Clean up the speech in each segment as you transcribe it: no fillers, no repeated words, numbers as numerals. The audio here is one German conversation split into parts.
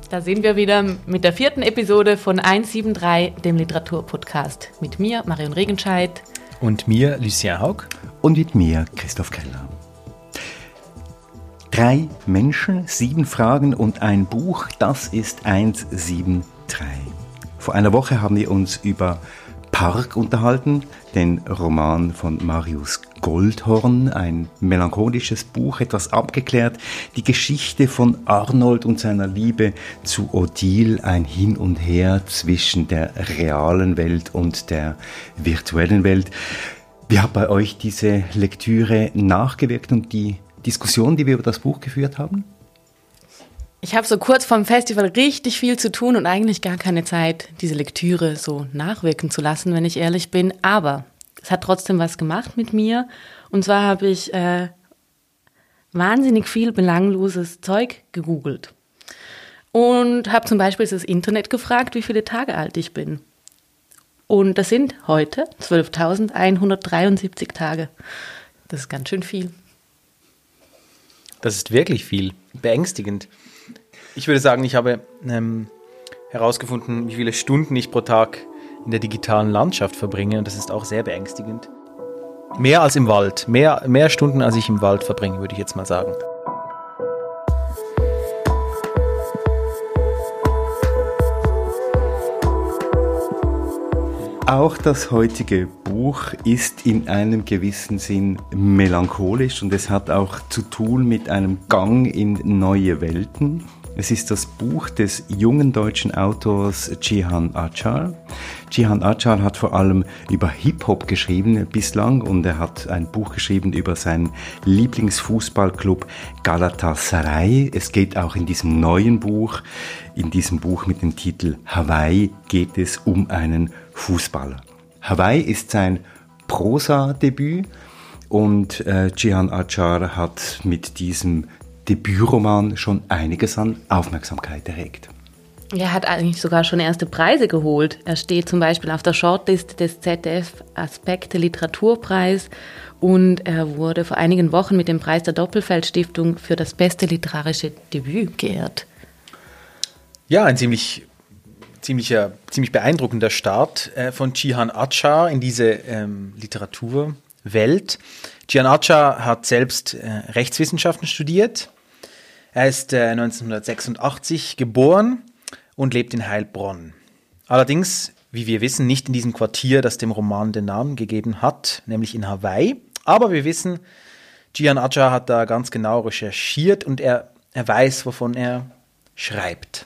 Da sind wir wieder mit der 4. Episode von 173, dem Literaturpodcast. Mit mir, Marion Regenscheid. Und mir, Lucien Haug. Und mit mir, Christoph Keller. 3 Menschen, 7 Fragen und ein Buch, das ist 173. Vor einer Woche haben wir uns über Park unterhalten, den Roman von Marius Goldhorn, ein melancholisches Buch, etwas abgeklärt, die Geschichte von Arnold und seiner Liebe zu Odile, ein Hin und Her zwischen der realen Welt und der virtuellen Welt. Wie hat bei euch diese Lektüre nachgewirkt und die Diskussion, die wir über das Buch geführt haben? Ich habe so kurz vorm Festival richtig viel zu tun und eigentlich gar keine Zeit, diese Lektüre so nachwirken zu lassen, wenn ich ehrlich bin. Aber es hat trotzdem was gemacht mit mir. Und zwar habe ich wahnsinnig viel belangloses Zeug gegoogelt. Und habe zum Beispiel das Internet gefragt, wie viele Tage alt ich bin. Und das sind heute 12.173 Tage. Das ist ganz schön viel. Das ist wirklich viel. Beängstigend. Ich würde sagen, ich habe herausgefunden, wie viele Stunden ich pro Tag in der digitalen Landschaft verbringe. Und das ist auch sehr beängstigend. Mehr als im Wald. Mehr Stunden, als ich im Wald verbringe, würde ich jetzt mal sagen. Auch das heutige Buch ist in einem gewissen Sinn melancholisch und es hat auch zu tun mit einem Gang in neue Welten. Es ist das Buch des jungen deutschen Autors Cihan Acar. Cihan Acar hat vor allem über Hip-Hop geschrieben bislang und er hat ein Buch geschrieben über seinen Lieblingsfußballclub Galatasaray. Es geht auch in diesem neuen Buch, mit dem Titel Hawaii, geht es um einen Fußballer. Hawaii ist sein Prosa-Debüt und Cihan Acar hat mit diesem Debütroman schon einiges an Aufmerksamkeit erregt. Er hat eigentlich sogar schon erste Preise geholt. Er steht zum Beispiel auf der Shortlist des ZDF Aspekte Literaturpreis und er wurde vor einigen Wochen mit dem Preis der Doppelfeld-Stiftung für das beste literarische Debüt geehrt. Ja, ein ziemlich beeindruckender Start von Cihan Acar in diese Literaturwelt. Cihan Acar hat selbst Rechtswissenschaften studiert. Er ist 1986 geboren und lebt in Heilbronn. Allerdings, wie wir wissen, nicht in diesem Quartier, das dem Roman den Namen gegeben hat, nämlich in Hawaii. Aber wir wissen, Cihan Acar hat da ganz genau recherchiert und er weiß, wovon er schreibt.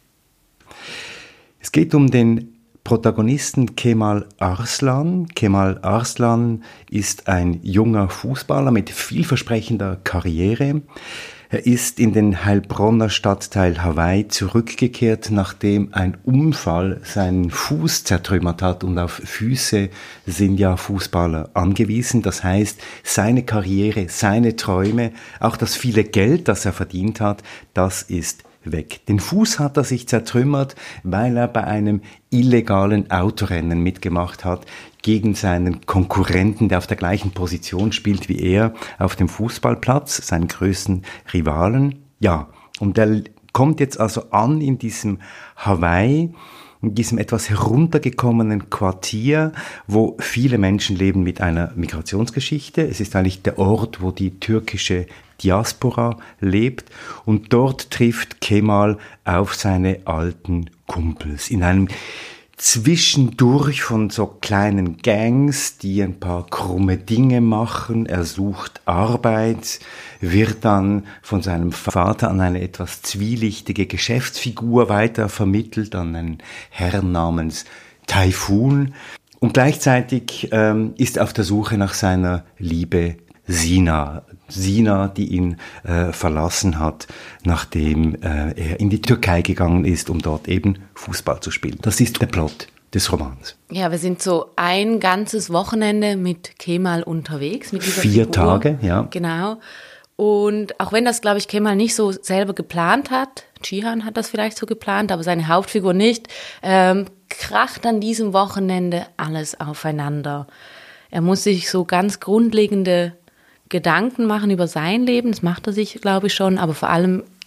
Es geht um den Protagonisten Kemal Arslan. Kemal Arslan ist ein junger Fußballer mit vielversprechender Karriere. Er ist in den Heilbronner Stadtteil Hawaii zurückgekehrt, nachdem ein Unfall seinen Fuß zertrümmert hat und auf Füße sind ja Fußballer angewiesen. Das heißt, seine Karriere, seine Träume, auch das viele Geld, das er verdient hat, das ist weg. Den Fuß hat er sich zertrümmert, weil er bei einem illegalen Autorennen mitgemacht hat gegen seinen Konkurrenten, der auf der gleichen Position spielt wie er auf dem Fußballplatz, seinen größten Rivalen. Ja, und er kommt jetzt also an in diesem Hawaii, in diesem etwas heruntergekommenen Quartier, wo viele Menschen leben mit einer Migrationsgeschichte. Es ist eigentlich der Ort, wo die türkische Diaspora lebt und dort trifft Kemal auf seine alten Kumpels in einem Zwischendurch von so kleinen Gangs, die ein paar krumme Dinge machen. Er sucht Arbeit, wird dann von seinem Vater an eine etwas zwielichtige Geschäftsfigur weitervermittelt, an einen Herrn namens Taifun. Und gleichzeitig ist er auf der Suche nach seiner Liebe Sina, die ihn verlassen hat, nachdem er in die Türkei gegangen ist, um dort eben Fußball zu spielen. Das ist der Plot des Romans. Ja, wir sind so ein ganzes Wochenende mit Kemal unterwegs. Mit dieser 4 Figur. Tage, ja. Genau. Und auch wenn das, glaube ich, Kemal nicht so selber geplant hat, Cihan hat das vielleicht so geplant, aber seine Hauptfigur nicht, kracht an diesem Wochenende alles aufeinander. Er muss sich so ganz grundlegende Gedanken machen über sein Leben, das macht er sich, glaube ich, schon, aber vor allem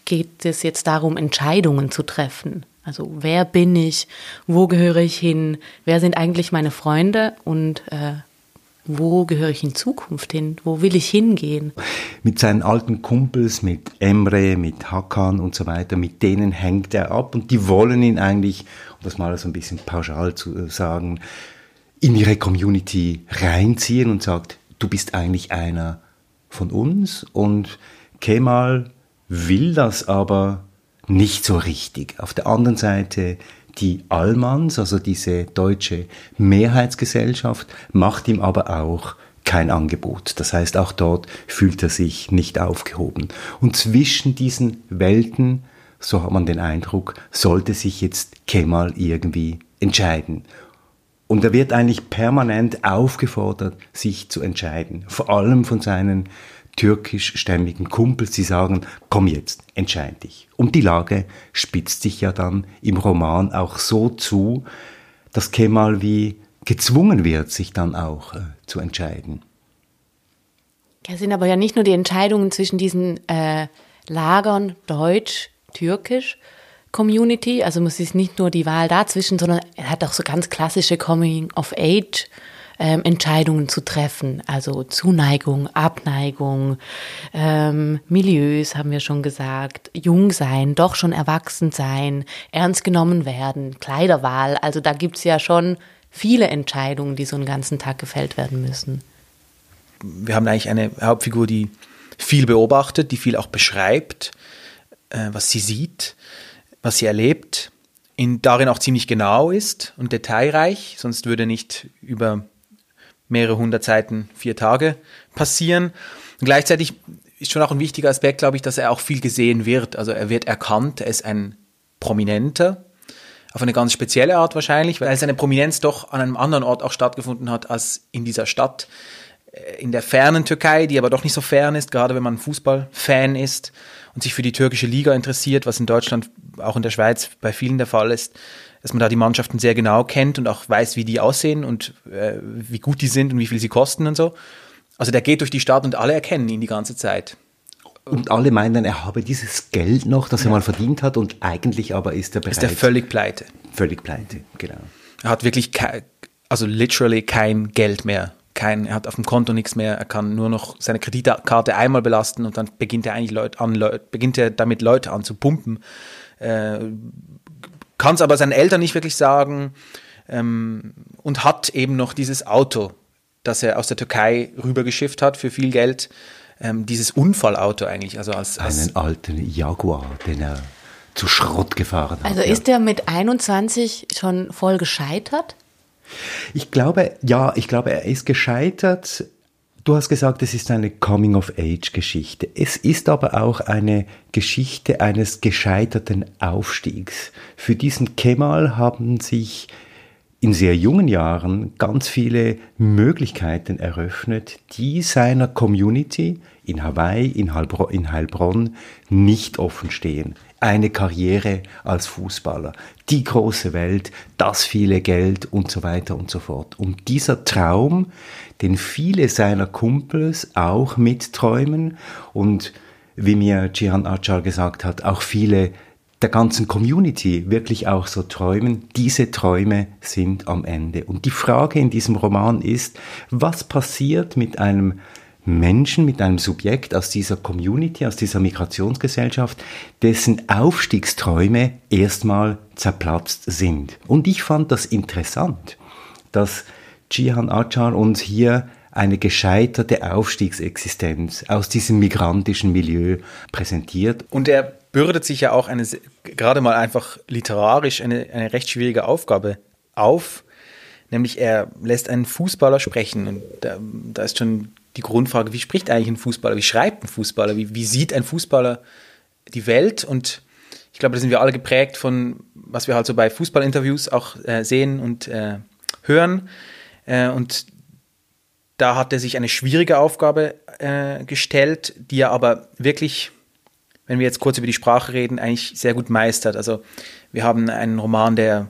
geht es jetzt darum, Entscheidungen zu treffen. Also wer bin ich, wo gehöre ich hin, wer sind eigentlich meine Freunde und wo gehöre ich in Zukunft hin, wo will ich hingehen? Mit seinen alten Kumpels, mit Emre, mit Hakan und so weiter, mit denen hängt er ab und die wollen ihn eigentlich, um das mal so ein bisschen pauschal zu sagen, in ihre Community reinziehen und sagt, du bist eigentlich einer von uns, und Kemal will das aber nicht so richtig. Auf der anderen Seite die Almans, also diese deutsche Mehrheitsgesellschaft, macht ihm aber auch kein Angebot. Das heißt, auch dort fühlt er sich nicht aufgehoben. Und zwischen diesen Welten, so hat man den Eindruck, sollte sich jetzt Kemal irgendwie entscheiden. Und er wird eigentlich permanent aufgefordert, sich zu entscheiden. Vor allem von seinen türkischstämmigen Kumpels, die sagen, komm jetzt, entscheid dich. Und die Lage spitzt sich ja dann im Roman auch so zu, dass Kemal wie gezwungen wird, sich dann auch zu entscheiden. Es sind aber ja nicht nur die Entscheidungen zwischen diesen Lagern deutsch-türkisch, Community, also es ist nicht nur die Wahl dazwischen, sondern er hat auch so ganz klassische Coming-of-Age Entscheidungen zu treffen, also Zuneigung, Abneigung, Milieus, haben wir schon gesagt, jung sein, doch schon erwachsen sein, ernst genommen werden, Kleiderwahl, also da gibt's ja schon viele Entscheidungen, die so einen ganzen Tag gefällt werden müssen. Wir haben eigentlich eine Hauptfigur, die viel beobachtet, die viel auch beschreibt, was sie sieht, was sie erlebt, darin auch ziemlich genau ist und detailreich, sonst würde nicht über mehrere 100 Seiten 4 Tage passieren. Und gleichzeitig ist schon auch ein wichtiger Aspekt, glaube ich, dass er auch viel gesehen wird. Also er wird erkannt, er ist ein Prominenter, auf eine ganz spezielle Art wahrscheinlich, weil seine Prominenz doch an einem anderen Ort auch stattgefunden hat als in dieser Stadt, in der fernen Türkei, die aber doch nicht so fern ist, gerade wenn man Fußballfan ist und sich für die türkische Liga interessiert, was in Deutschland, auch in der Schweiz bei vielen der Fall ist, dass man da die Mannschaften sehr genau kennt und auch weiß, wie die aussehen und wie gut die sind und wie viel sie kosten und so. Also der geht durch die Stadt und alle erkennen ihn die ganze Zeit. Und alle meinen, er habe dieses Geld noch, das er mal verdient hat, und eigentlich aber ist er bereits... Ist er völlig pleite. Völlig pleite, genau. Er hat wirklich, literally kein Geld mehr. Er hat auf dem Konto nichts mehr, er kann nur noch seine Kreditkarte einmal belasten und dann beginnt er damit Leute an zu pumpen. Kann es aber seinen Eltern nicht wirklich sagen und hat eben noch dieses Auto, das er aus der Türkei rübergeschifft hat für viel Geld, dieses Unfallauto eigentlich. Also einen alten Jaguar, den er zu Schrott gefahren hat. Also ist er mit 21 schon voll gescheitert? Ich glaube, er ist gescheitert. Du hast gesagt, es ist eine Coming-of-Age-Geschichte. Es ist aber auch eine Geschichte eines gescheiterten Aufstiegs. Für diesen Kemal haben sich in sehr jungen Jahren ganz viele Möglichkeiten eröffnet, die seiner Community in Hawaii, in Heilbronn nicht offen stehen. Eine Karriere als Fußballer, die große Welt, das viele Geld und so weiter und so fort. Und dieser Traum, den viele seiner Kumpels auch mitträumen und wie mir Cihan Acar gesagt hat, auch viele der ganzen Community wirklich auch so träumen, diese Träume sind am Ende. Und die Frage in diesem Roman ist, was passiert mit einem Menschen, mit einem Subjekt aus dieser Community, aus dieser Migrationsgesellschaft, dessen Aufstiegsträume erstmal zerplatzt sind. Und ich fand das interessant, dass Cihan Acar uns hier eine gescheiterte Aufstiegsexistenz aus diesem migrantischen Milieu präsentiert. Und er bürdet sich ja auch gerade mal einfach literarisch eine recht schwierige Aufgabe auf, nämlich er lässt einen Fußballer sprechen. Und da ist schon die Grundfrage, wie spricht eigentlich ein Fußballer, wie schreibt ein Fußballer, wie sieht ein Fußballer die Welt? Und ich glaube, da sind wir alle geprägt von, was wir halt so bei Fußballinterviews auch sehen und hören. Und da hat er sich eine schwierige Aufgabe gestellt, die er aber wirklich, wenn wir jetzt kurz über die Sprache reden, eigentlich sehr gut meistert. Also wir haben einen Roman, der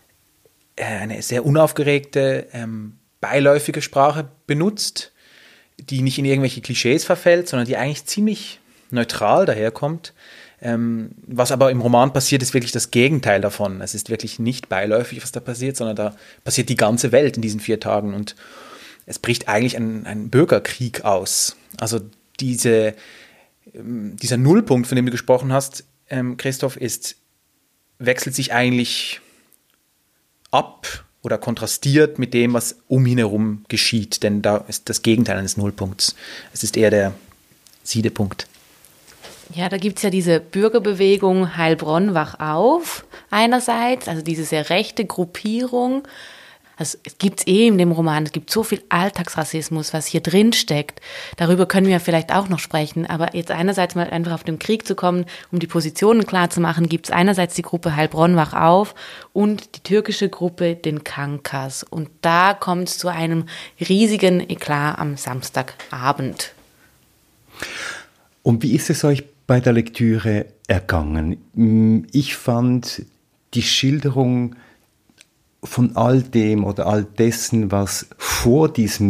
eine sehr unaufgeregte, beiläufige Sprache benutzt, die nicht in irgendwelche Klischees verfällt, sondern die eigentlich ziemlich neutral daherkommt. Was aber im Roman passiert, ist wirklich das Gegenteil davon. Es ist wirklich nicht beiläufig, was da passiert, sondern da passiert die ganze Welt in diesen 4 Tagen und es bricht eigentlich ein Bürgerkrieg aus. Also dieser Nullpunkt, von dem du gesprochen hast, Christoph, wechselt sich eigentlich ab oder kontrastiert mit dem, was um ihn herum geschieht, denn da ist das Gegenteil eines Nullpunkts. Es ist eher der Siedepunkt. Ja, da gibt es ja diese Bürgerbewegung Heilbronn, wach auf einerseits, also diese sehr rechte Gruppierung. Also es gibt in dem Roman, es gibt so viel Alltagsrassismus, was hier drin steckt. Darüber können wir vielleicht auch noch sprechen. Aber jetzt einerseits mal einfach auf den Krieg zu kommen, um die Positionen klar zu machen, gibt es einerseits die Gruppe Heilbronn, wach auf und die türkische Gruppe, den Kankas. Und da kommt es zu einem riesigen Eklat am Samstagabend. Und wie ist es euch bei der Lektüre ergangen? Ich fand die Schilderung von all dem oder all dessen, was vor dieser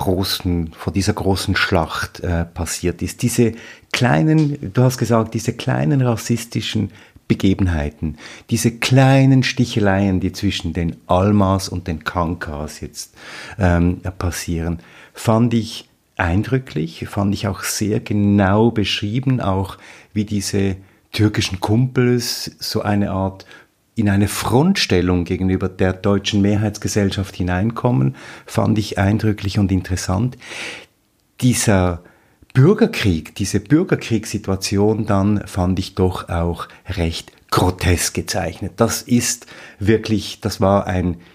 großen Schlacht passiert ist, diese kleinen, du hast gesagt, diese kleinen rassistischen Begebenheiten, diese kleinen Sticheleien, die zwischen den Almas und den Kankas jetzt passieren, fand ich eindrücklich, fand ich auch sehr genau beschrieben, auch wie diese türkischen Kumpels so eine Art in eine Frontstellung gegenüber der deutschen Mehrheitsgesellschaft hineinkommen, fand ich eindrücklich und interessant. Dieser Bürgerkrieg, diese Bürgerkriegssituation dann fand ich doch auch recht grotesk gezeichnet. Das ist wirklich, das war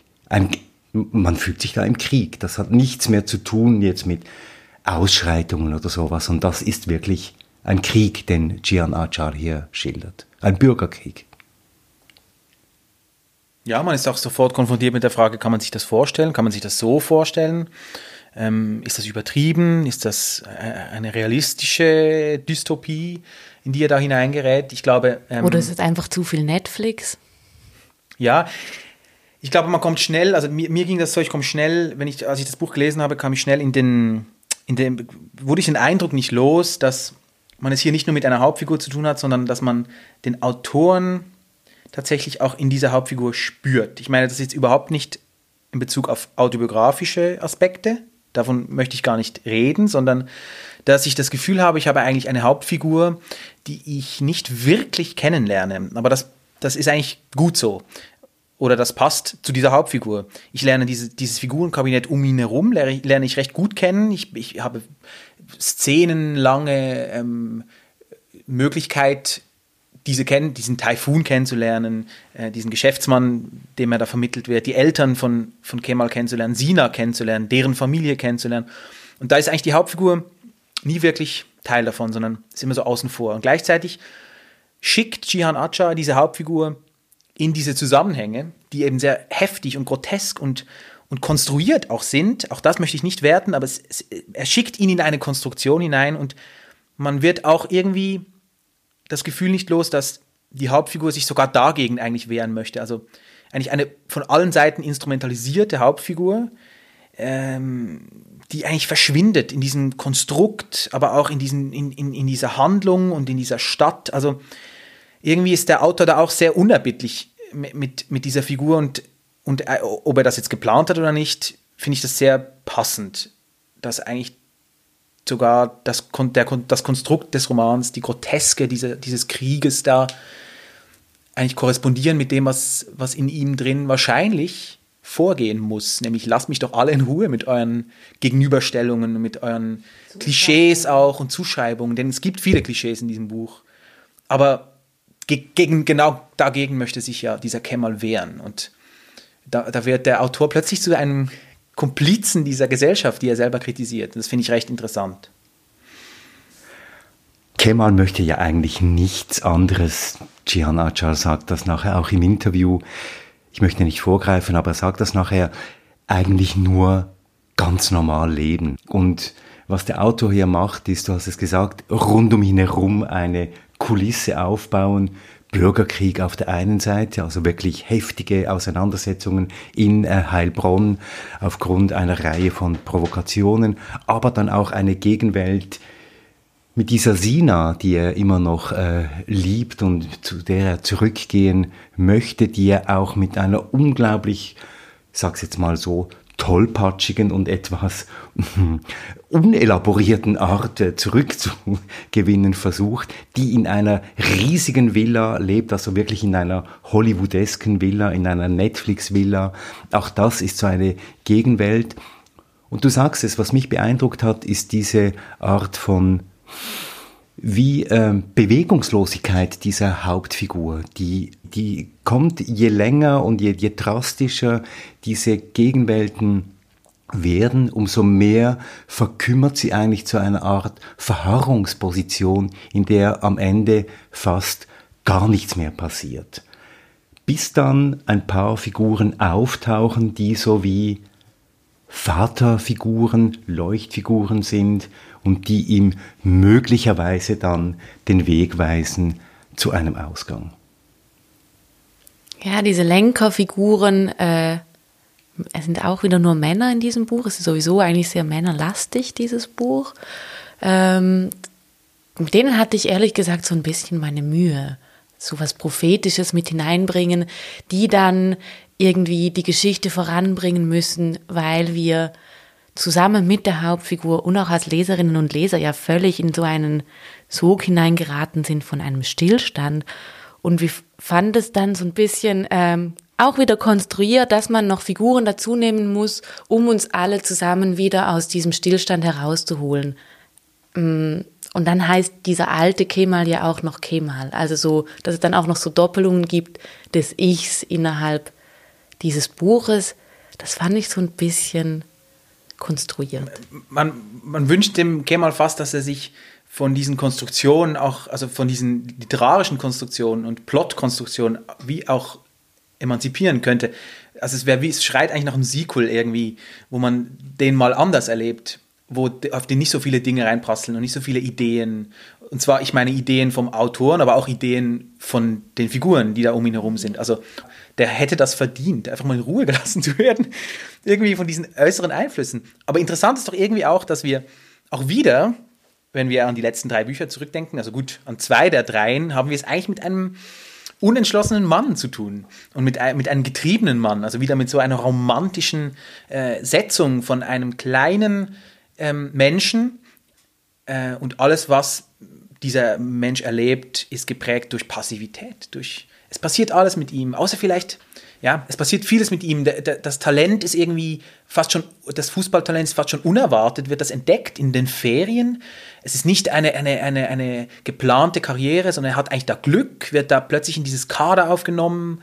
man fühlt sich da im Krieg. Das hat nichts mehr zu tun jetzt mit Ausschreitungen oder sowas. Und das ist wirklich ein Krieg, den Cihan Acar hier schildert. Ein Bürgerkrieg. Ja, man ist auch sofort konfrontiert mit der Frage, kann man sich das vorstellen? Kann man sich das so vorstellen? Ist das übertrieben? Ist das eine realistische Dystopie, in die er da hineingerät? Ich glaube... Oder ist es einfach zu viel Netflix? Ja, ich glaube, man kommt schnell, also mir ging das so, ich komme schnell, als ich das Buch gelesen habe, kam ich schnell wurde ich den Eindruck nicht los, dass man es hier nicht nur mit einer Hauptfigur zu tun hat, sondern dass man den Autoren tatsächlich auch in dieser Hauptfigur spürt. Ich meine, das ist jetzt überhaupt nicht in Bezug auf autobiografische Aspekte, davon möchte ich gar nicht reden, sondern dass ich das Gefühl habe, ich habe eigentlich eine Hauptfigur, die ich nicht wirklich kennenlerne. Aber das ist eigentlich gut so. Oder das passt zu dieser Hauptfigur. Ich lerne dieses Figurenkabinett um ihn herum, lerne ich recht gut kennen. Ich habe szenenlange Möglichkeit, diesen Taifun kennenzulernen, diesen Geschäftsmann, dem er da vermittelt wird, die Eltern von Kemal kennenzulernen, Sina kennenzulernen, deren Familie kennenzulernen. Und da ist eigentlich die Hauptfigur nie wirklich Teil davon, sondern ist immer so außen vor. Und gleichzeitig schickt Cihan Acar diese Hauptfigur in diese Zusammenhänge, die eben sehr heftig und grotesk und konstruiert auch sind. Auch das möchte ich nicht werten, aber er schickt ihn in eine Konstruktion hinein und man wird auch irgendwie das Gefühl nicht los, dass die Hauptfigur sich sogar dagegen eigentlich wehren möchte. Also eigentlich eine von allen Seiten instrumentalisierte Hauptfigur, die eigentlich verschwindet in diesem Konstrukt, aber auch in dieser Handlung und in dieser Stadt. Also irgendwie ist der Autor da auch sehr unerbittlich mit dieser Figur und ob er das jetzt geplant hat oder nicht, finde ich das sehr passend, dass eigentlich sogar das Konstrukt des Romans, die Groteske dieses Krieges da eigentlich korrespondieren mit dem, was in ihm drin wahrscheinlich vorgehen muss. Nämlich, lasst mich doch alle in Ruhe mit euren Gegenüberstellungen, mit euren Klischees auch und Zuschreibungen, denn es gibt viele Klischees in diesem Buch. Aber genau dagegen möchte sich ja dieser Kemal wehren. Und da wird der Autor plötzlich zu einem Komplizen dieser Gesellschaft, die er selber kritisiert. Das finde ich recht interessant. Kemal möchte ja eigentlich nichts anderes. Cihan Acar sagt das nachher auch im Interview. Ich möchte nicht vorgreifen, aber er sagt das nachher, eigentlich nur ganz normal leben. Und was der Autor hier macht, ist, du hast es gesagt, rund um ihn herum eine Kulisse aufbauen, Bürgerkrieg auf der einen Seite, also wirklich heftige Auseinandersetzungen in Heilbronn aufgrund einer Reihe von Provokationen, aber dann auch eine Gegenwelt, Mit dieser Sina, die er immer noch liebt und zu der er zurückgehen möchte, die er auch mit einer unglaublich, ich sag's jetzt mal so, tollpatschigen und etwas unelaborierten Art zurückzugewinnen versucht, die in einer riesigen Villa lebt, also wirklich in einer hollywoodesken Villa, in einer Netflix-Villa. Auch das ist so eine Gegenwelt. Und du sagst es, was mich beeindruckt hat, ist diese Art von Bewegungslosigkeit dieser Hauptfigur. Die kommt je länger und je drastischer diese Gegenwelten werden, umso mehr verkümmert sie eigentlich zu einer Art Verharrungsposition, in der am Ende fast gar nichts mehr passiert. Bis dann ein paar Figuren auftauchen, die so wie Vaterfiguren, Leuchtfiguren sind und die ihm möglicherweise dann den Weg weisen zu einem Ausgang. Ja, diese Lenkerfiguren, es sind auch wieder nur Männer in diesem Buch. Es ist sowieso eigentlich sehr männerlastig, dieses Buch. Mit denen hatte ich ehrlich gesagt so ein bisschen meine Mühe. So was Prophetisches mit hineinbringen, die dann irgendwie die Geschichte voranbringen müssen, weil wir zusammen mit der Hauptfigur und auch als Leserinnen und Leser ja völlig in so einen Sog hineingeraten sind von einem Stillstand. Und wir fanden es dann so ein bisschen auch wieder konstruiert, dass man noch Figuren dazu nehmen muss, um uns alle zusammen wieder aus diesem Stillstand herauszuholen. Und dann heißt dieser alte Kemal ja auch noch Kemal. Also so, dass es dann auch noch so Doppelungen gibt des Ichs innerhalb dieses Buches. Das fand ich so ein bisschen konstruiert. Man wünscht dem Kemal fast, dass er sich von diesen Konstruktionen auch, also von diesen literarischen Konstruktionen und Plotkonstruktionen wie auch emanzipieren könnte. Also es schreit eigentlich nach einem Sequel irgendwie, wo man den mal anders erlebt, auf den nicht so viele Dinge reinprasseln und nicht so viele Ideen. Und zwar, ich meine Ideen vom Autoren, aber auch Ideen von den Figuren, die da um ihn herum sind. Also der hätte das verdient, einfach mal in Ruhe gelassen zu werden, irgendwie von diesen äußeren Einflüssen. Aber interessant ist doch irgendwie auch, dass wir auch wieder, wenn wir an die letzten 3 Bücher zurückdenken, also gut, an 2 der 3 haben wir es eigentlich mit einem unentschlossenen Mann zu tun und mit einem getriebenen Mann, also wieder mit so einer romantischen Setzung von einem kleinen Menschen und alles, was dieser Mensch erlebt, ist geprägt durch Passivität, es passiert alles mit ihm, außer vielleicht, ja, es passiert vieles mit ihm. Das Talent ist irgendwie fast schon, das Fußballtalent ist fast schon unerwartet, wird das entdeckt in den Ferien. Es ist nicht eine geplante Karriere, sondern er hat eigentlich da Glück, wird da plötzlich in dieses Kader aufgenommen.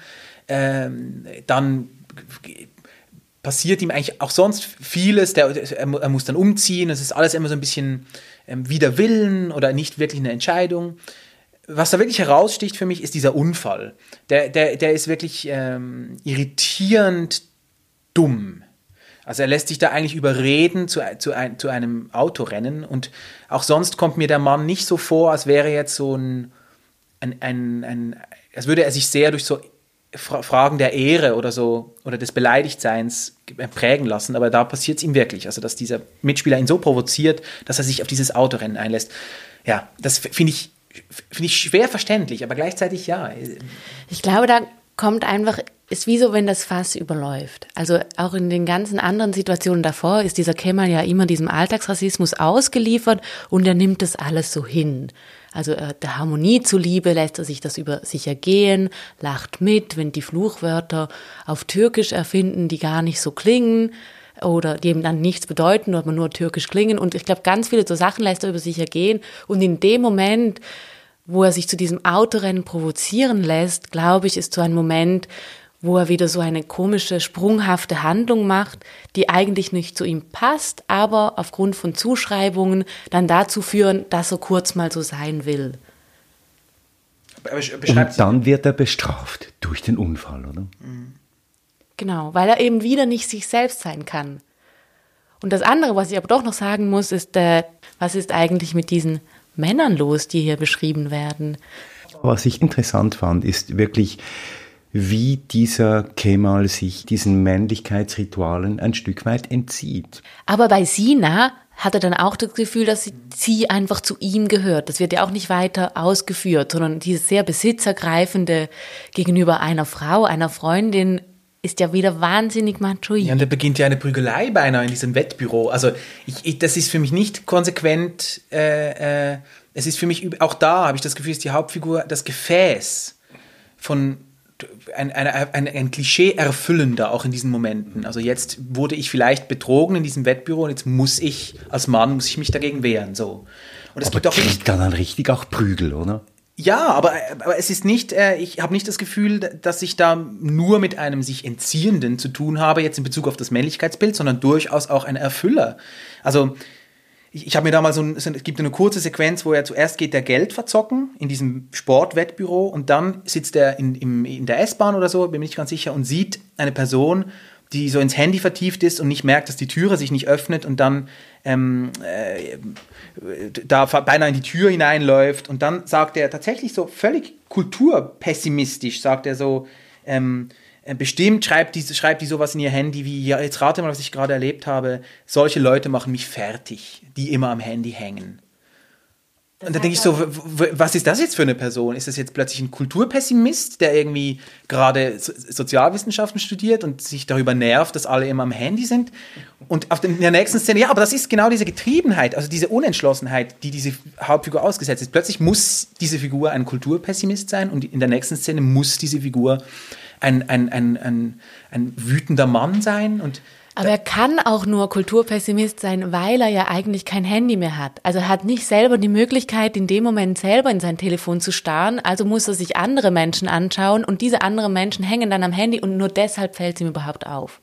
Dann passiert ihm eigentlich auch sonst vieles. Er muss dann umziehen, es ist alles immer so ein bisschen wider Willen oder nicht wirklich eine Entscheidung. Was da wirklich heraussticht für mich, ist dieser Unfall. Der ist wirklich irritierend dumm. Also er lässt sich da eigentlich überreden zu einem Autorennen und auch sonst kommt mir der Mann nicht so vor, als wäre jetzt so als würde er sich sehr durch so Fragen der Ehre oder so oder des Beleidigtseins prägen lassen, aber da passiert es ihm wirklich. Also dass dieser Mitspieler ihn so provoziert, dass er sich auf dieses Autorennen einlässt. Ja, das finde ich schwer verständlich, aber gleichzeitig ja. Ich glaube, da kommt einfach, ist wie so, wenn das Fass überläuft. Also auch in den ganzen anderen Situationen davor ist dieser Kemal ja immer diesem Alltagsrassismus ausgeliefert und er nimmt das alles so hin. Also der Harmonie zuliebe lässt er sich das über sich ergehen, lacht mit, wenn die Fluchwörter auf Türkisch erfinden, die gar nicht so klingen oder die eben dann nichts bedeuten, aber nur türkisch klingen. Und ich glaube, ganz viele so Sachen lässt er über sich ergehen. Und in dem Moment, wo er sich zu diesem Autorennen provozieren lässt, glaube ich, ist so ein Moment, wo er wieder so eine komische, sprunghafte Handlung macht, die eigentlich nicht zu ihm passt, aber aufgrund von Zuschreibungen dann dazu führen, dass er kurz mal so sein will. Und dann wird er bestraft durch den Unfall, oder? Genau, weil er eben wieder nicht sich selbst sein kann. Und das andere, was ich aber doch noch sagen muss, ist, was ist eigentlich mit diesen Männern los, die hier beschrieben werden? Was ich interessant fand, ist wirklich, wie dieser Kemal sich diesen Männlichkeitsritualen ein Stück weit entzieht. Aber bei Sina hat er dann auch das Gefühl, dass sie einfach zu ihm gehört. Das wird ja auch nicht weiter ausgeführt, sondern dieses sehr besitzergreifende gegenüber einer Frau, einer Freundin, ist ja wieder wahnsinnig machoid. Ja, und da beginnt ja eine Prügelei beinahe in diesem Wettbüro. Also das ist für mich nicht konsequent. Es ist für mich, auch da habe ich das Gefühl, ist die Hauptfigur das Gefäß von ein Klischee erfüllender, auch in diesen Momenten. Also jetzt wurde ich vielleicht betrogen in diesem Wettbüro und jetzt muss ich mich dagegen wehren. So. Und es gibt auch kriegt dann richtig auch Prügel, oder? Ja, aber es ist nicht, ich habe nicht das Gefühl, dass ich da nur mit einem sich Entziehenden zu tun habe, jetzt in Bezug auf das Männlichkeitsbild, sondern durchaus auch ein Erfüller. Also ich habe mir da mal es gibt eine kurze Sequenz, wo er zuerst geht der Geld verzocken in diesem Sportwettbüro und dann sitzt er in der S-Bahn oder so, bin mir nicht ganz sicher, und sieht eine Person, die so ins Handy vertieft ist und nicht merkt, dass die Türe sich nicht öffnet und dann da beinahe in die Tür hineinläuft. Und dann sagt er tatsächlich so völlig kulturpessimistisch, sagt er so, bestimmt schreibt die sowas in ihr Handy wie, ja, jetzt rate mal, was ich gerade erlebt habe, solche Leute machen mich fertig, die immer am Handy hängen. Und da denke ich so, was ist das jetzt für eine Person? Ist das jetzt plötzlich ein Kulturpessimist, der irgendwie gerade Sozialwissenschaften studiert und sich darüber nervt, dass alle immer am Handy sind? Und in der nächsten Szene, ja, aber das ist genau diese Getriebenheit, also diese Unentschlossenheit, die diese Hauptfigur ausgesetzt ist. Plötzlich muss diese Figur ein Kulturpessimist sein und in der nächsten Szene muss diese Figur ein wütender Mann sein und aber er kann auch nur Kulturpessimist sein, weil er ja eigentlich kein Handy mehr hat. Also er hat nicht selber die Möglichkeit, in dem Moment selber in sein Telefon zu starren, also muss er sich andere Menschen anschauen und diese anderen Menschen hängen dann am Handy und nur deshalb fällt es ihm überhaupt auf.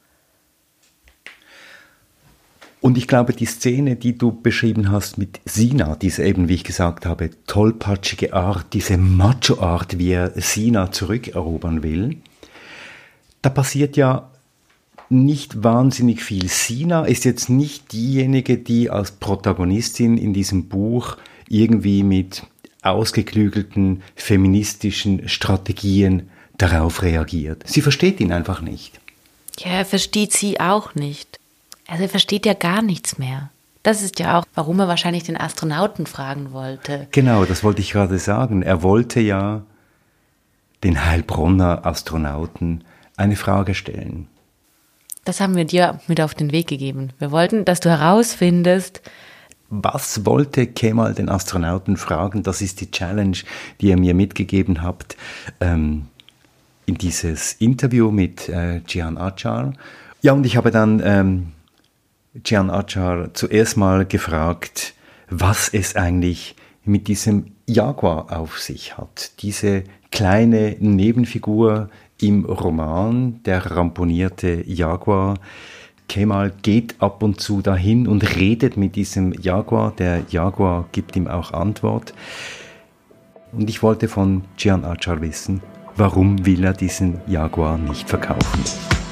Und ich glaube, die Szene, die du beschrieben hast mit Sina, diese eben, wie ich gesagt habe, tollpatschige Art, diese Macho-Art, wie er Sina zurückerobern will, da passiert ja nicht wahnsinnig viel. Sina ist jetzt nicht diejenige, die als Protagonistin in diesem Buch irgendwie mit ausgeklügelten feministischen Strategien darauf reagiert. Sie versteht ihn einfach nicht. Ja, er versteht sie auch nicht. Also er versteht ja gar nichts mehr. Das ist ja auch, warum er wahrscheinlich den Astronauten fragen wollte. Genau, das wollte ich gerade sagen. Er wollte ja den Heilbronner Astronauten eine Frage stellen. Das haben wir dir mit auf den Weg gegeben. Wir wollten, dass du herausfindest, was wollte Kemal den Astronauten fragen? Das ist die Challenge, die ihr mir mitgegeben habt in dieses Interview mit Cihan Acar. Ja, und ich habe dann Cihan Acar zuerst mal gefragt, was es eigentlich mit diesem Jaguar auf sich hat. Diese kleine Nebenfigur im Roman, der ramponierte Jaguar. Kemal geht ab und zu dahin und redet mit diesem Jaguar. Der Jaguar gibt ihm auch Antwort. Und ich wollte von Cihan Acar wissen, warum will er diesen Jaguar nicht verkaufen?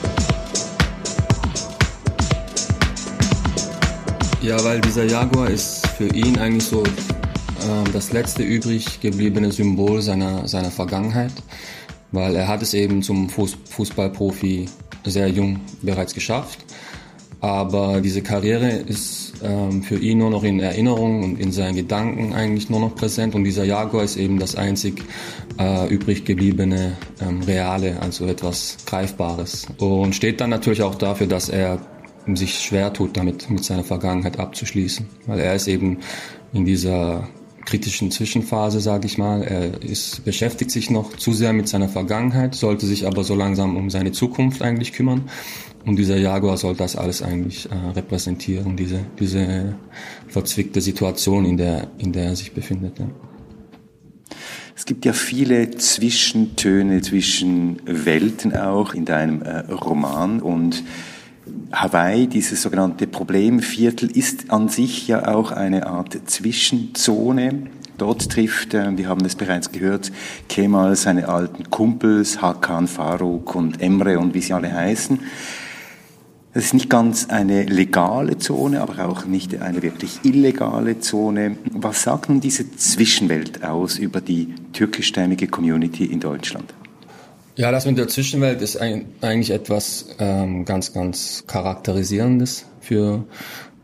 Ja, weil dieser Jaguar ist für ihn eigentlich so das letzte übrig gebliebene Symbol seiner Vergangenheit. Weil er hat es eben zum Fußballprofi sehr jung bereits geschafft. Aber diese Karriere ist für ihn nur noch in Erinnerung und in seinen Gedanken eigentlich nur noch präsent. Und dieser Jaguar ist eben das einzig übrig gebliebene Reale, also etwas Greifbares. Und steht dann natürlich auch dafür, dass er sich schwer tut, damit mit seiner Vergangenheit abzuschließen. Weil er ist eben in dieser kritischen Zwischenphase, sage ich mal. Er beschäftigt sich noch zu sehr mit seiner Vergangenheit, sollte sich aber so langsam um seine Zukunft eigentlich kümmern. Und dieser Jaguar soll das alles eigentlich repräsentieren, diese verzwickte Situation, in der er sich befindet. Ja. Es gibt ja viele Zwischentöne zwischen Welten auch in deinem Roman und Hawaii, dieses sogenannte Problemviertel, ist an sich ja auch eine Art Zwischenzone. Dort trifft, wir haben es bereits gehört, Kemal seine alten Kumpels, Hakan, Faruk und Emre und wie sie alle heißen. Es ist nicht ganz eine legale Zone, aber auch nicht eine wirklich illegale Zone. Was sagt nun diese Zwischenwelt aus über die türkischstämmige Community in Deutschland? Ja, das mit der Zwischenwelt ist eigentlich etwas ganz, ganz Charakterisierendes für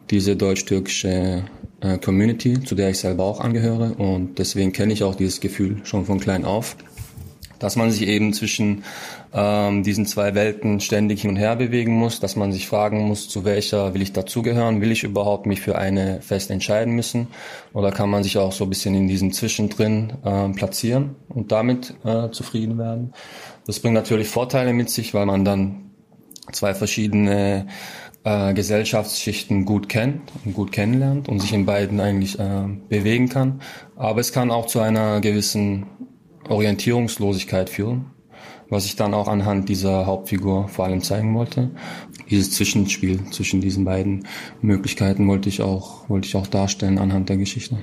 diese deutsch-türkische Community, zu der ich selber auch angehöre. Und deswegen kenne ich auch dieses Gefühl schon von klein auf, dass man sich eben zwischen diesen zwei Welten ständig hin und her bewegen muss, dass man sich fragen muss, zu welcher will ich dazugehören, will ich überhaupt mich für eine fest entscheiden müssen oder kann man sich auch so ein bisschen in diesem Zwischendrin platzieren und damit zufrieden werden. Das bringt natürlich Vorteile mit sich, weil man dann zwei verschiedene Gesellschaftsschichten gut kennt und gut kennenlernt und sich in beiden eigentlich bewegen kann. Aber es kann auch zu einer gewissen Orientierungslosigkeit führen, was ich dann auch anhand dieser Hauptfigur vor allem zeigen wollte. Dieses Zwischenspiel zwischen diesen beiden Möglichkeiten wollte ich auch darstellen anhand der Geschichte.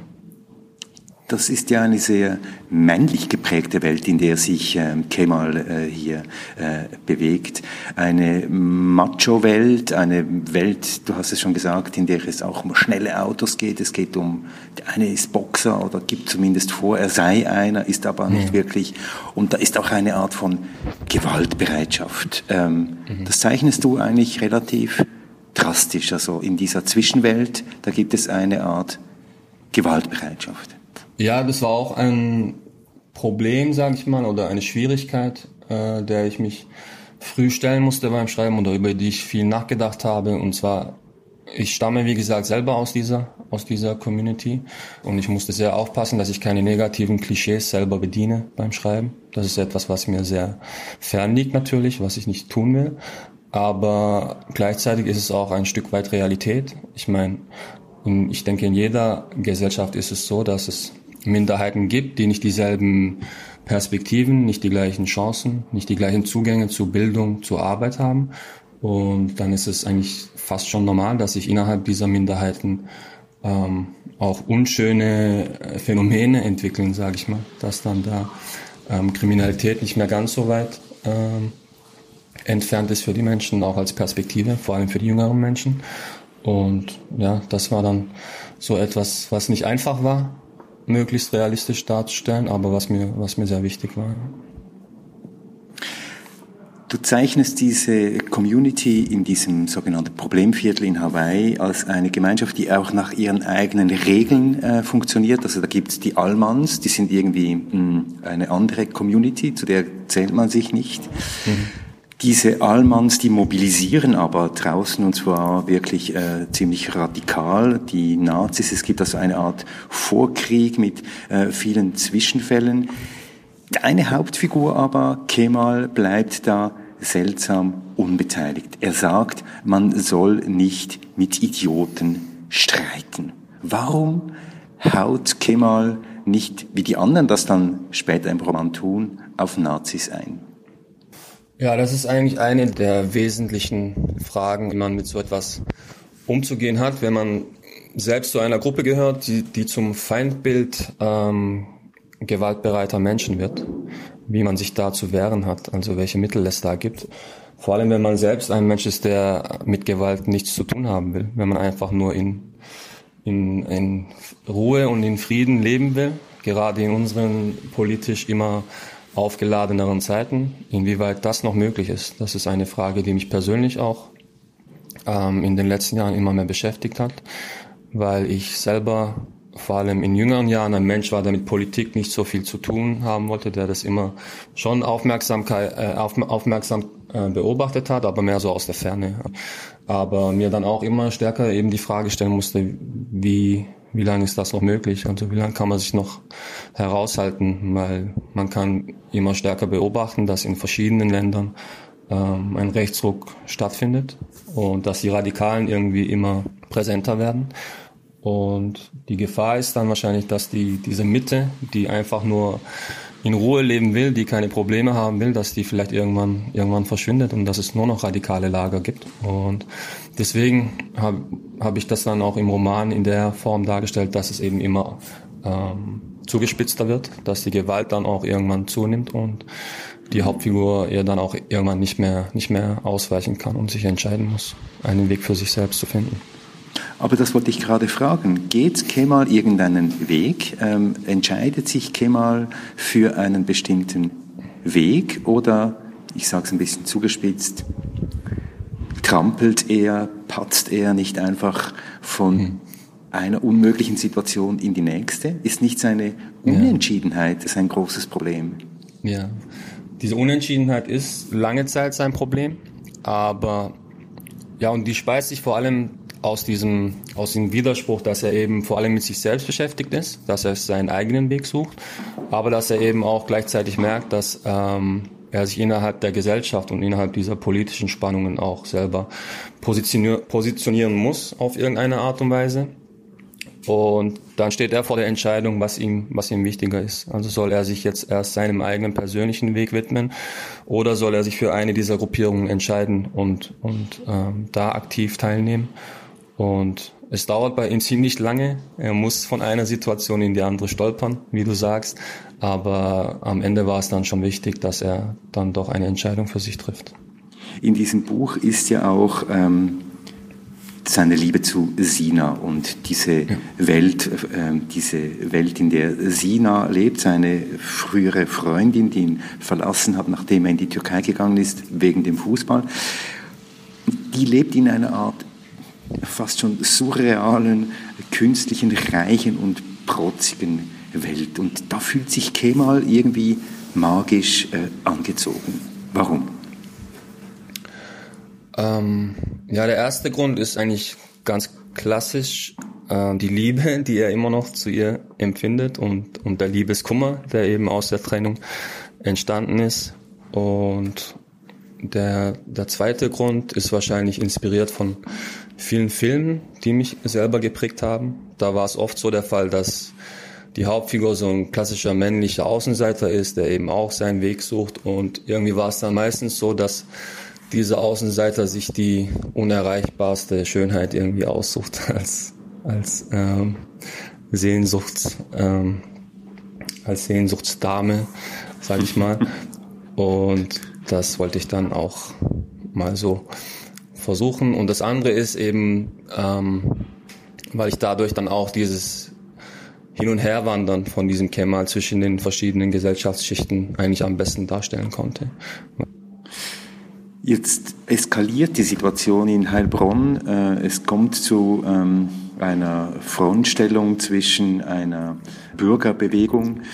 Das ist ja eine sehr männlich geprägte Welt, in der sich Kemal hier bewegt. Eine Macho-Welt, eine Welt, du hast es schon gesagt, in der es auch um schnelle Autos geht. Es geht um, der eine ist Boxer oder gibt zumindest vor, er sei einer, ist aber nicht wirklich. Und da ist auch eine Art von Gewaltbereitschaft. Das zeichnest du eigentlich relativ drastisch. Also in dieser Zwischenwelt, da gibt es eine Art Gewaltbereitschaft. Ja, das war auch ein Problem, sage ich mal, oder eine Schwierigkeit, der ich mich früh stellen musste beim Schreiben oder über die ich viel nachgedacht habe. Und zwar, ich stamme, wie gesagt, selber aus dieser Community und ich musste sehr aufpassen, dass ich keine negativen Klischees selber bediene beim Schreiben. Das ist etwas, was mir sehr fern liegt natürlich, was ich nicht tun will. Aber gleichzeitig ist es auch ein Stück weit Realität. Ich meine, ich denke, in jeder Gesellschaft ist es so, dass es Minderheiten gibt, die nicht dieselben Perspektiven, nicht die gleichen Chancen, nicht die gleichen Zugänge zu Bildung, zur Arbeit haben. Und dann ist es eigentlich fast schon normal, dass sich innerhalb dieser Minderheiten auch unschöne Phänomene entwickeln, sage ich mal, dass dann da Kriminalität nicht mehr ganz so weit entfernt ist für die Menschen, auch als Perspektive, vor allem für die jüngeren Menschen. Und ja, das war dann so etwas, was nicht einfach war, möglichst realistisch darzustellen, aber was mir sehr wichtig war. Du zeichnest diese Community in diesem sogenannten Problemviertel in Hawaii als eine Gemeinschaft, die auch nach ihren eigenen Regeln funktioniert. Also da gibt es die Allmans, die sind irgendwie eine andere Community, zu der zählt man sich nicht. Diese Allmans, die mobilisieren aber draußen und zwar wirklich ziemlich radikal die Nazis. Es gibt also eine Art Vorkrieg mit vielen Zwischenfällen. Eine Hauptfigur aber, Kemal, bleibt da seltsam unbeteiligt. Er sagt, man soll nicht mit Idioten streiten. Warum haut Kemal nicht, wie die anderen das dann später im Roman tun, auf Nazis ein? Ja, das ist eigentlich eine der wesentlichen Fragen, wie man mit so etwas umzugehen hat, wenn man selbst zu einer Gruppe gehört, die zum Feindbild gewaltbereiter Menschen wird, wie man sich da zu wehren hat, also welche Mittel es da gibt. Vor allem, wenn man selbst ein Mensch ist, der mit Gewalt nichts zu tun haben will, wenn man einfach nur in Ruhe und in Frieden leben will, gerade in unseren politisch immer aufgeladeneren Zeiten, inwieweit das noch möglich ist. Das ist eine Frage, die mich persönlich auch in den letzten Jahren immer mehr beschäftigt hat, weil ich selber vor allem in jüngeren Jahren ein Mensch war, der mit Politik nicht so viel zu tun haben wollte, der das immer schon aufmerksam beobachtet hat, aber mehr so aus der Ferne. Aber mir dann auch immer stärker eben die Frage stellen musste, wie lange ist das noch möglich? Also wie lange kann man sich noch heraushalten? Weil man kann immer stärker beobachten, dass in verschiedenen Ländern ein Rechtsruck stattfindet und dass die Radikalen irgendwie immer präsenter werden. Und die Gefahr ist dann wahrscheinlich, dass diese Mitte, die einfach nur in Ruhe leben will, die keine Probleme haben will, dass die vielleicht irgendwann verschwindet und dass es nur noch radikale Lager gibt. Und deswegen habe ich das dann auch im Roman in der Form dargestellt, dass es eben immer zugespitzter wird, dass die Gewalt dann auch irgendwann zunimmt und die Hauptfigur ihr dann auch irgendwann nicht mehr ausweichen kann und sich entscheiden muss, einen Weg für sich selbst zu finden. Aber das wollte ich gerade fragen. Geht Kemal irgendeinen Weg? Entscheidet sich Kemal für einen bestimmten Weg? Oder, ich sage es ein bisschen zugespitzt, trampelt er patzt er nicht einfach von einer unmöglichen Situation in die nächste? Ist nicht seine Unentschiedenheit sein großes Problem? Ja, diese Unentschiedenheit ist lange Zeit sein Problem, aber ja, und die speist sich vor allem aus diesem Widerspruch, dass er eben vor allem mit sich selbst beschäftigt ist, dass er seinen eigenen Weg sucht, aber dass er eben auch gleichzeitig merkt, dass er sich innerhalb der Gesellschaft und innerhalb dieser politischen Spannungen auch selber positionieren muss auf irgendeine Art und Weise. Und dann steht er vor der Entscheidung, was ihm wichtiger ist. Also soll er sich jetzt erst seinem eigenen persönlichen Weg widmen oder soll er sich für eine dieser Gruppierungen entscheiden und da aktiv teilnehmen. Und es dauert bei ihm ziemlich lange. Er muss von einer Situation in die andere stolpern, wie du sagst. Aber am Ende war es dann schon wichtig, dass er dann doch eine Entscheidung für sich trifft. In diesem Buch ist ja auch seine Liebe zu Sina und diese Welt, in der Sina lebt, seine frühere Freundin, die ihn verlassen hat, nachdem er in die Türkei gegangen ist, wegen dem Fußball. Die lebt in einer Art fast schon surrealen, künstlichen, reichen und protzigen Welt. Und da fühlt sich Kemal irgendwie magisch angezogen. Warum? Ja, der erste Grund ist eigentlich ganz klassisch die Liebe, die er immer noch zu ihr empfindet und der Liebeskummer, der eben aus der Trennung entstanden ist. Und der zweite Grund ist wahrscheinlich inspiriert von vielen Filmen, die mich selber geprägt haben. Da war es oft so der Fall, dass die Hauptfigur so ein klassischer männlicher Außenseiter ist, der eben auch seinen Weg sucht. Und irgendwie war es dann meistens so, dass dieser Außenseiter sich die unerreichbarste Schönheit irgendwie aussucht als Sehnsuchtsdame, sage ich mal. Und das wollte ich dann auch mal so versuchen. Und das andere ist eben, weil ich dadurch dann auch dieses Hin- und Herwandern von diesem Kemal zwischen den verschiedenen Gesellschaftsschichten eigentlich am besten darstellen konnte. Jetzt eskaliert die Situation in Heilbronn. Es kommt zu einer Frontstellung zwischen einer Bürgerbewegung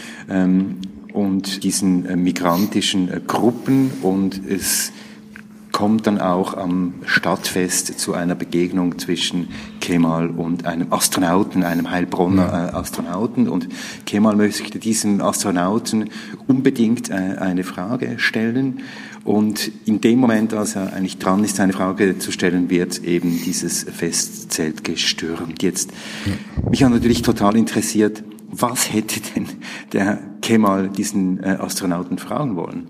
und diesen migrantischen Gruppen, und es kommt dann auch am Stadtfest zu einer Begegnung zwischen Kemal und einem Astronauten, einem Heilbronner Astronauten. Und Kemal möchte diesem Astronauten unbedingt eine Frage stellen. Und in dem Moment, als er eigentlich dran ist, eine Frage zu stellen, wird eben dieses Festzelt gestürmt. Jetzt, mich hat natürlich total interessiert, was hätte denn der Kemal diesen Astronauten fragen wollen?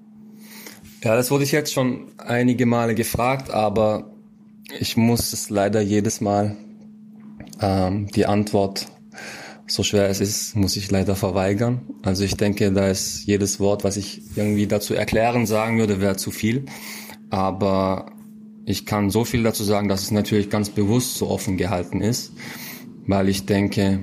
Ja, das wurde ich jetzt schon einige Male gefragt, aber ich muss es leider jedes Mal, die Antwort, so schwer es ist, muss ich leider verweigern. Also ich denke, da ist jedes Wort, was ich irgendwie dazu erklären sagen würde, wäre zu viel. Aber ich kann so viel dazu sagen, dass es natürlich ganz bewusst so offen gehalten ist, weil ich denke,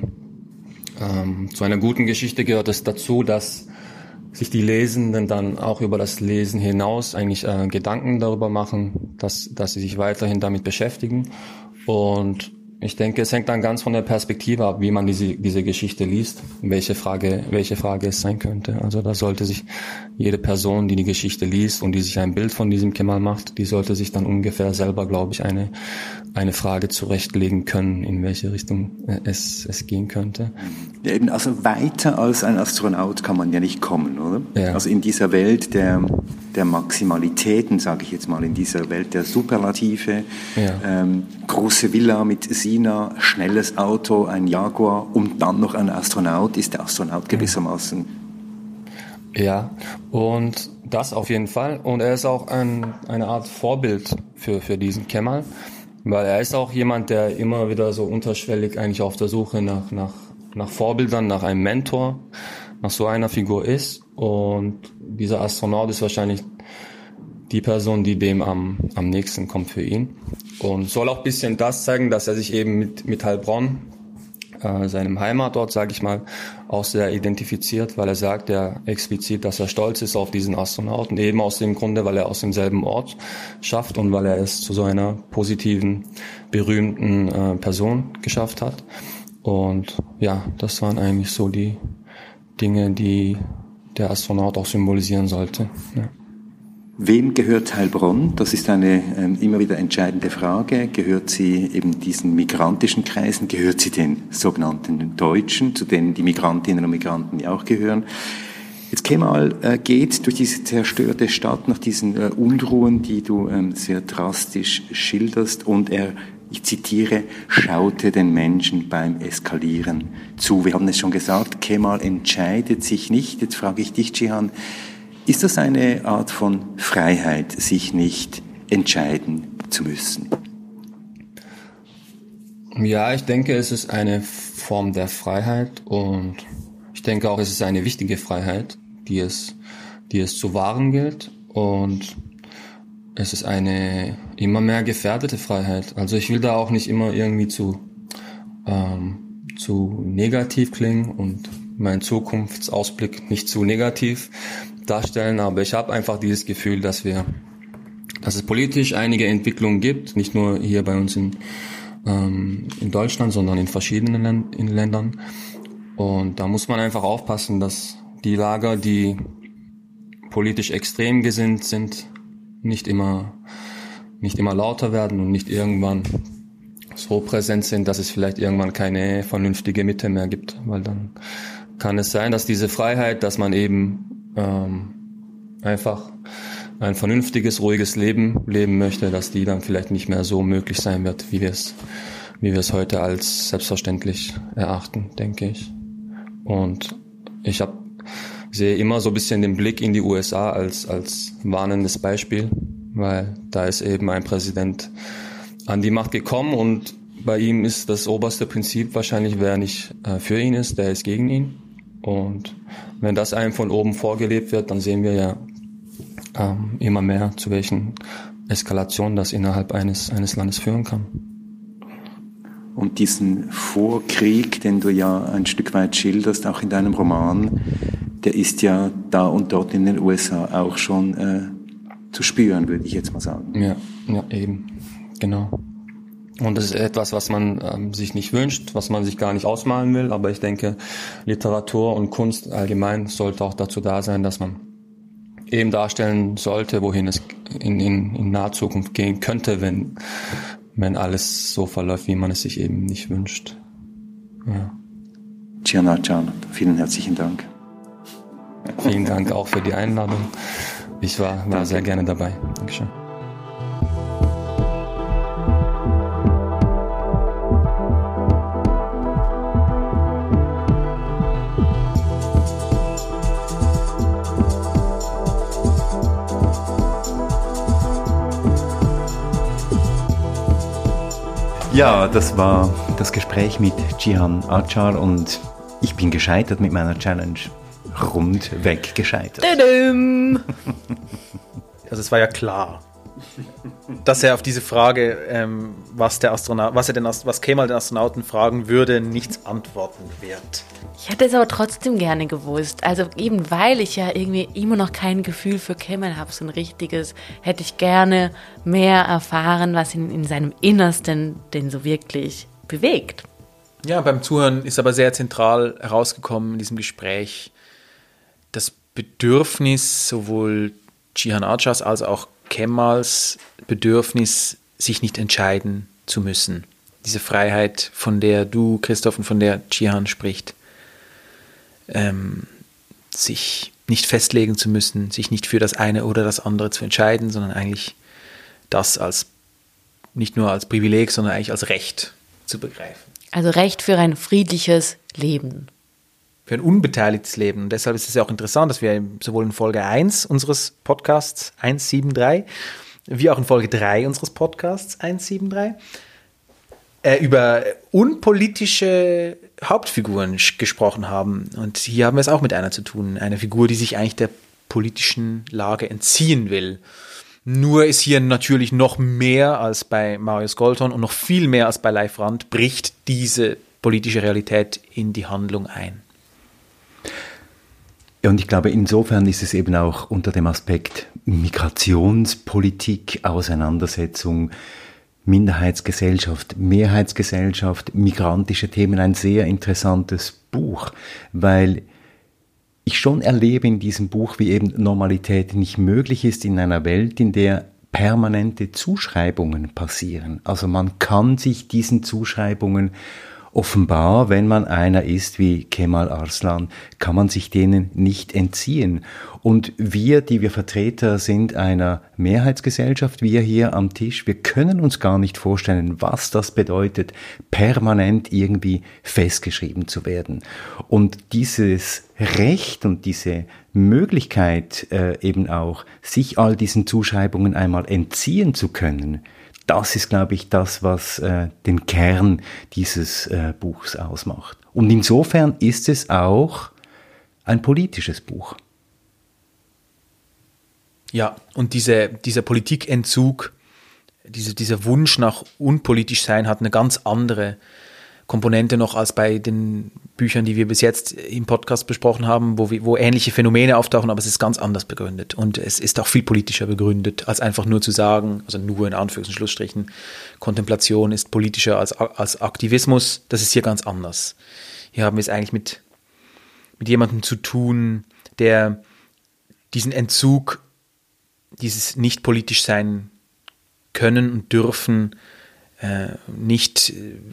zu einer guten Geschichte gehört es dazu, dass sich die Lesenden dann auch über das Lesen hinaus eigentlich Gedanken darüber machen, dass sie sich weiterhin damit beschäftigen. Und ich denke, es hängt dann ganz von der Perspektive ab, wie man diese Geschichte liest, welche Frage es sein könnte. Also da sollte sich jede Person, die die Geschichte liest und die sich ein Bild von diesem Kemal macht, die sollte sich dann ungefähr selber, glaube ich, eine Frage zurechtlegen können, in welche Richtung es gehen könnte. Ja, eben, also weiter als ein Astronaut kann man ja nicht kommen, oder? Ja. Also in dieser Welt der Maximalitäten, sage ich jetzt mal, in dieser Welt der Superlative, große Villa mit Sina, schnelles Auto, ein Jaguar und dann noch ein Astronaut, ist der Astronaut gewissermaßen. Ja, und das auf jeden Fall. Und er ist auch eine Art Vorbild für diesen Kemal, weil er ist auch jemand, der immer wieder so unterschwellig eigentlich auf der Suche nach Vorbildern, nach einem Mentor, nach so einer Figur ist. Und dieser Astronaut ist wahrscheinlich die Person, die dem am nächsten kommt für ihn. Und soll auch ein bisschen das zeigen, dass er sich eben mit Heilbronn seinem Heimatort, sage ich mal, auch sehr identifiziert, weil er sagt ja explizit, dass er stolz ist auf diesen Astronauten, eben aus dem Grunde, weil er aus demselben Ort schafft und weil er es zu so einer positiven, berühmten Person geschafft hat. Und ja, das waren eigentlich so die Dinge, die der Astronaut auch symbolisieren sollte. Ja. Wem gehört Heilbronn? Das ist eine immer wieder entscheidende Frage. Gehört sie eben diesen migrantischen Kreisen? Gehört sie den sogenannten Deutschen, zu denen die Migrantinnen und Migranten ja auch gehören? Jetzt Kemal geht durch diese zerstörte Stadt nach diesen Unruhen, die du sehr drastisch schilderst, und er, ich zitiere, schaute den Menschen beim Eskalieren zu. Wir haben es schon gesagt, Kemal entscheidet sich nicht. Jetzt frage ich dich, Cihan, ist das eine Art von Freiheit, sich nicht entscheiden zu müssen? Ja, ich denke, es ist eine Form der Freiheit und ich denke auch, es ist eine wichtige Freiheit, die es zu wahren gilt, und es ist eine immer mehr gefährdete Freiheit. Also ich will da auch nicht immer irgendwie zu negativ klingen und meinen Zukunftsausblick nicht zu negativ darstellen, aber ich habe einfach dieses Gefühl, dass es politisch einige Entwicklungen gibt, nicht nur hier bei uns in Deutschland, sondern in verschiedenen Ländern. Und da muss man einfach aufpassen, dass die Lager, die politisch extrem gesinnt sind, nicht immer lauter werden und nicht irgendwann so präsent sind, dass es vielleicht irgendwann keine vernünftige Mitte mehr gibt, weil dann kann es sein, dass diese Freiheit, dass man eben einfach ein vernünftiges, ruhiges Leben leben möchte, dass die dann vielleicht nicht mehr so möglich sein wird, wie wir es heute als selbstverständlich erachten, denke ich. Und ich sehe immer so ein bisschen den Blick in die USA als warnendes Beispiel, weil da ist eben ein Präsident an die Macht gekommen und bei ihm ist das oberste Prinzip wahrscheinlich, wer nicht für ihn ist, der ist gegen ihn. Und wenn das einem von oben vorgelebt wird, dann sehen wir ja immer mehr, zu welchen Eskalationen das innerhalb eines Landes führen kann. Und diesen Vorkrieg, den du ja ein Stück weit schilderst, auch in deinem Roman, der ist ja da und dort in den USA auch schon zu spüren, würde ich jetzt mal sagen. Ja, eben, genau. Und das ist etwas, was man sich nicht wünscht, was man sich gar nicht ausmalen will. Aber ich denke, Literatur und Kunst allgemein sollte auch dazu da sein, dass man eben darstellen sollte, wohin es in naher Zukunft gehen könnte, wenn alles so verläuft, wie man es sich eben nicht wünscht. Ja. Cihan Acar, vielen herzlichen Dank. Vielen Dank auch für die Einladung. Ich war sehr gerne dabei. Dankeschön. Ja, das war das Gespräch mit Cihan Acar und ich bin gescheitert mit meiner Challenge. Rundweg gescheitert. Also es war ja klar, dass er auf diese Frage, was Kemal den Astronauten fragen würde, nichts antworten wird. Ich hätte es aber trotzdem gerne gewusst. Also eben weil ich ja irgendwie immer noch kein Gefühl für Kemal habe, so ein richtiges, hätte ich gerne mehr erfahren, was ihn in seinem Innersten denn so wirklich bewegt. Ja, beim Zuhören ist aber sehr zentral herausgekommen in diesem Gespräch das Bedürfnis, sowohl Cihan Acars als auch Kemals Bedürfnis, sich nicht entscheiden zu müssen. Diese Freiheit, von der du, Christoph, und von der Cihan spricht, sich nicht festlegen zu müssen, sich nicht für das eine oder das andere zu entscheiden, sondern eigentlich das als nicht nur als Privileg, sondern eigentlich als Recht zu begreifen. Also Recht für ein friedliches Leben. Für ein unbeteiligtes Leben. Und deshalb ist es ja auch interessant, dass wir sowohl in Folge 1 unseres Podcasts 173, wie auch in Folge 3 unseres Podcasts 173 über unpolitische Hauptfiguren gesprochen haben. Und hier haben wir es auch mit einer zu tun. Eine Figur, die sich eigentlich der politischen Lage entziehen will. Nur ist hier natürlich noch mehr als bei Marius Goldhorn und noch viel mehr als bei Leif Rand bricht diese politische Realität in die Handlung ein. Ja, und ich glaube, insofern ist es eben auch unter dem Aspekt Migrationspolitik, Auseinandersetzung, Minderheitsgesellschaft, Mehrheitsgesellschaft, migrantische Themen ein sehr interessantes Buch, weil ich schon erlebe in diesem Buch, wie eben Normalität nicht möglich ist in einer Welt, in der permanente Zuschreibungen passieren. Also man kann sich diesen Zuschreibungen offenbar, wenn man einer ist wie Kemal Arslan, kann man sich denen nicht entziehen. Und wir, die wir Vertreter sind einer Mehrheitsgesellschaft, wir hier am Tisch, wir können uns gar nicht vorstellen, was das bedeutet, permanent irgendwie festgeschrieben zu werden. Und dieses Recht und diese Möglichkeit eben auch, sich all diesen Zuschreibungen einmal entziehen zu können, das ist, glaube ich, das, was den Kern dieses Buchs ausmacht. Und insofern ist es auch ein politisches Buch. Ja, und dieser Politikentzug, dieser Wunsch nach unpolitisch sein hat eine ganz andere Komponente noch als bei den Büchern, die wir bis jetzt im Podcast besprochen haben, wo ähnliche Phänomene auftauchen, aber es ist ganz anders begründet. Und es ist auch viel politischer begründet, als einfach nur zu sagen, also nur in Anführungs- und Schlussstrichen, Kontemplation ist politischer als Aktivismus. Das ist hier ganz anders. Hier haben wir es eigentlich mit jemandem zu tun, der diesen Entzug, dieses nicht politisch sein können und dürfen, nicht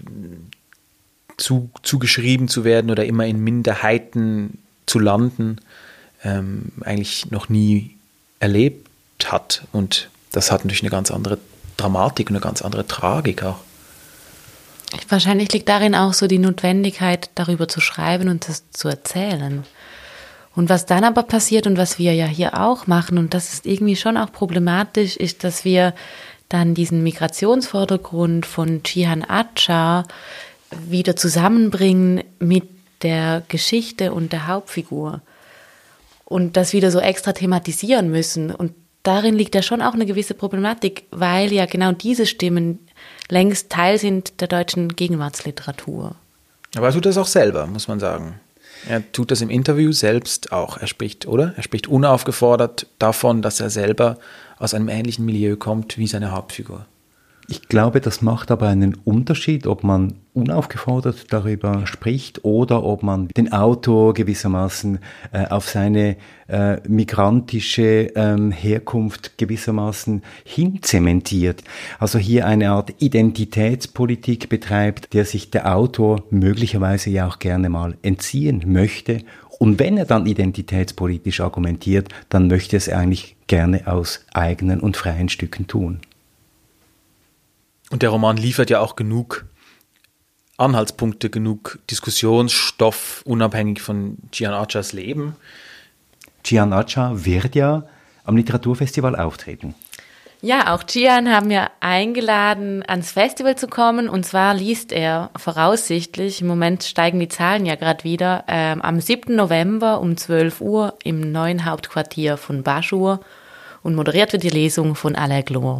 zugeschrieben zu werden oder immer in Minderheiten zu landen, eigentlich noch nie erlebt hat. Und das hat natürlich eine ganz andere Dramatik und eine ganz andere Tragik auch. Wahrscheinlich liegt darin auch so die Notwendigkeit, darüber zu schreiben und das zu erzählen. Und was dann aber passiert und was wir ja hier auch machen, und das ist irgendwie schon auch problematisch, ist, dass wir dann diesen Migrationsvordergrund von Cihan Acar wieder zusammenbringen mit der Geschichte und der Hauptfigur und das wieder so extra thematisieren müssen. Und darin liegt ja schon auch eine gewisse Problematik, weil ja genau diese Stimmen längst Teil sind der deutschen Gegenwartsliteratur. Aber er tut das auch selber, muss man sagen. Er tut das im Interview selbst auch. Er spricht unaufgefordert davon, dass er selber aus einem ähnlichen Milieu kommt wie seine Hauptfigur. Ich glaube, das macht aber einen Unterschied, ob man unaufgefordert darüber spricht oder ob man den Autor gewissermaßen auf seine migrantische Herkunft gewissermaßen hinzementiert. Also hier eine Art Identitätspolitik betreibt, der sich der Autor möglicherweise ja auch gerne mal entziehen möchte. Und wenn er dann identitätspolitisch argumentiert, dann möchte es eigentlich gerne aus eigenen und freien Stücken tun. Und der Roman liefert ja auch genug Anhaltspunkte, genug Diskussionsstoff, unabhängig von Cihan Acars Leben. Cihan Acar wird ja am Literaturfestival auftreten. Ja, auch Cihan haben wir eingeladen, ans Festival zu kommen. Und zwar liest er voraussichtlich, im Moment steigen die Zahlen ja gerade wieder, am 7. November um 12 Uhr im neuen Hauptquartier von Baschur. Und moderiert wird die Lesung von Alain Glor.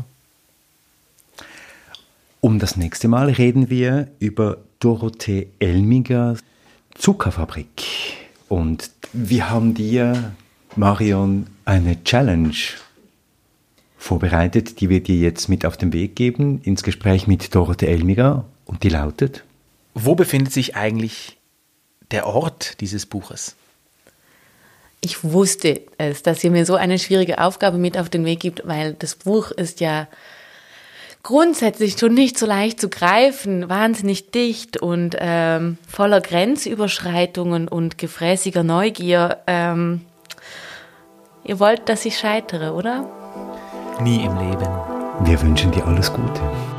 Das nächste Mal reden wir über Dorothee Elmiger Zuckerfabrik. Und wir haben dir, Marion, eine Challenge vorbereitet, die wir dir jetzt mit auf den Weg geben, ins Gespräch mit Dorothee Elmiger. Und die lautet: Wo befindet sich eigentlich der Ort dieses Buches? Ich wusste es, dass ihr mir so eine schwierige Aufgabe mit auf den Weg gibt, weil das Buch ist ja grundsätzlich schon nicht so leicht zu greifen, wahnsinnig dicht und voller Grenzüberschreitungen und gefräßiger Neugier. Ihr wollt, dass ich scheitere, oder? Nie im Leben. Wir wünschen dir alles Gute.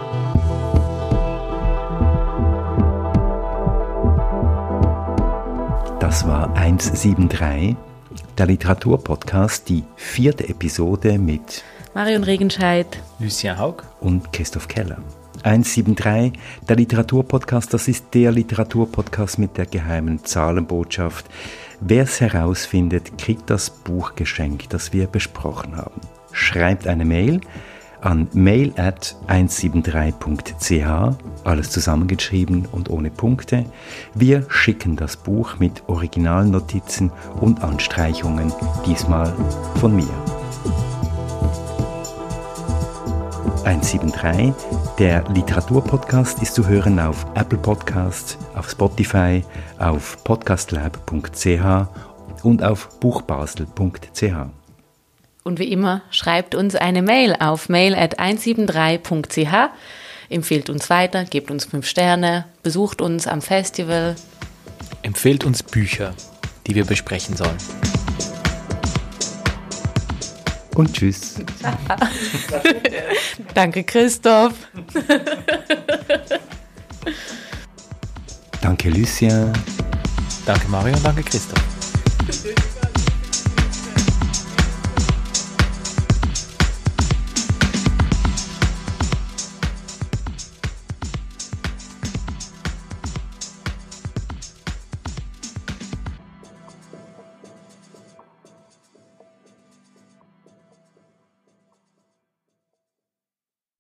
Das war 173, der Literaturpodcast, die 4. Episode mit Marion Regenscheid, Lucien Haug und Christoph Keller. 173, der Literaturpodcast, das ist der Literaturpodcast mit der geheimen Zahlenbotschaft. Wer es herausfindet, kriegt das Buch geschenkt, das wir besprochen haben. Schreibt eine Mail an mail@173.ch, alles zusammengeschrieben und ohne Punkte. Wir schicken das Buch mit Originalnotizen und Anstreichungen, diesmal von mir. 173, der Literaturpodcast, ist zu hören auf Apple Podcasts, auf Spotify, auf podcastlab.ch und auf buchbasel.ch. Und wie immer, schreibt uns eine Mail auf mail@173.ch, empfehlt uns weiter, gebt uns 5 Sterne, besucht uns am Festival. Empfehlt uns Bücher, die wir besprechen sollen. Und tschüss. Danke, Christoph. Danke, Lucien. Danke, Mario, und danke, Christoph.